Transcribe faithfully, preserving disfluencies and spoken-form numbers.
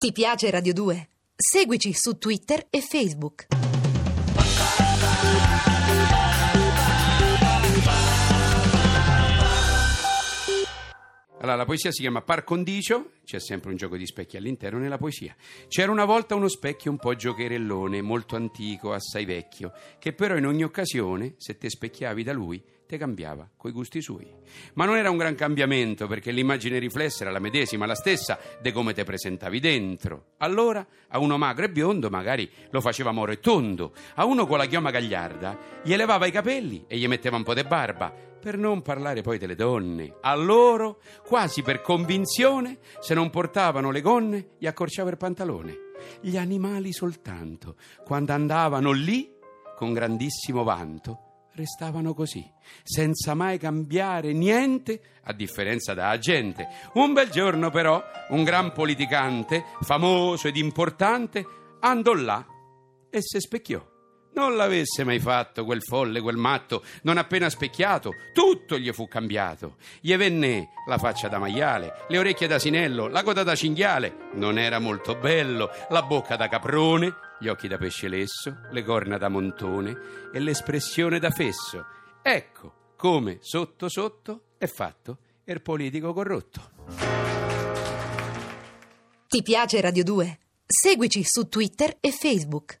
Ti piace Radio due? Seguici su Twitter e Facebook. Allora, la poesia si chiama Par condicio, c'è sempre un gioco di specchi all'interno nella poesia. C'era una volta uno specchio un po' giocherellone, molto antico, assai vecchio, che però in ogni occasione, se te specchiavi da lui, te cambiava coi gusti suoi. Ma non era un gran cambiamento, perché l'immagine riflessa era la medesima, la stessa de come te presentavi dentro. Allora, a uno magro e biondo magari lo faceva moro e tondo, a uno con la chioma gagliarda gli elevava i capelli e gli metteva un po' de barba, per non parlare poi delle donne. A loro, quasi per convinzione, se non portavano le gonne, gli accorciava il pantalone. Gli animali soltanto, quando andavano lì, con grandissimo vanto, restavano così, senza mai cambiare niente, a differenza da gente. Un bel giorno però, un gran politicante, famoso ed importante, andò là e se specchiò. Non l'avesse mai fatto quel folle, quel matto, non appena specchiato, tutto gli fu cambiato. Gli venne la faccia da maiale, le orecchie da asinello, la coda da cinghiale, non era molto bello, la bocca da caprone, gli occhi da pesce lesso, le corna da montone e l'espressione da fesso. Ecco come sotto sotto è fatto il politico corrotto. Ti piace Radio due? Seguici su Twitter e Facebook.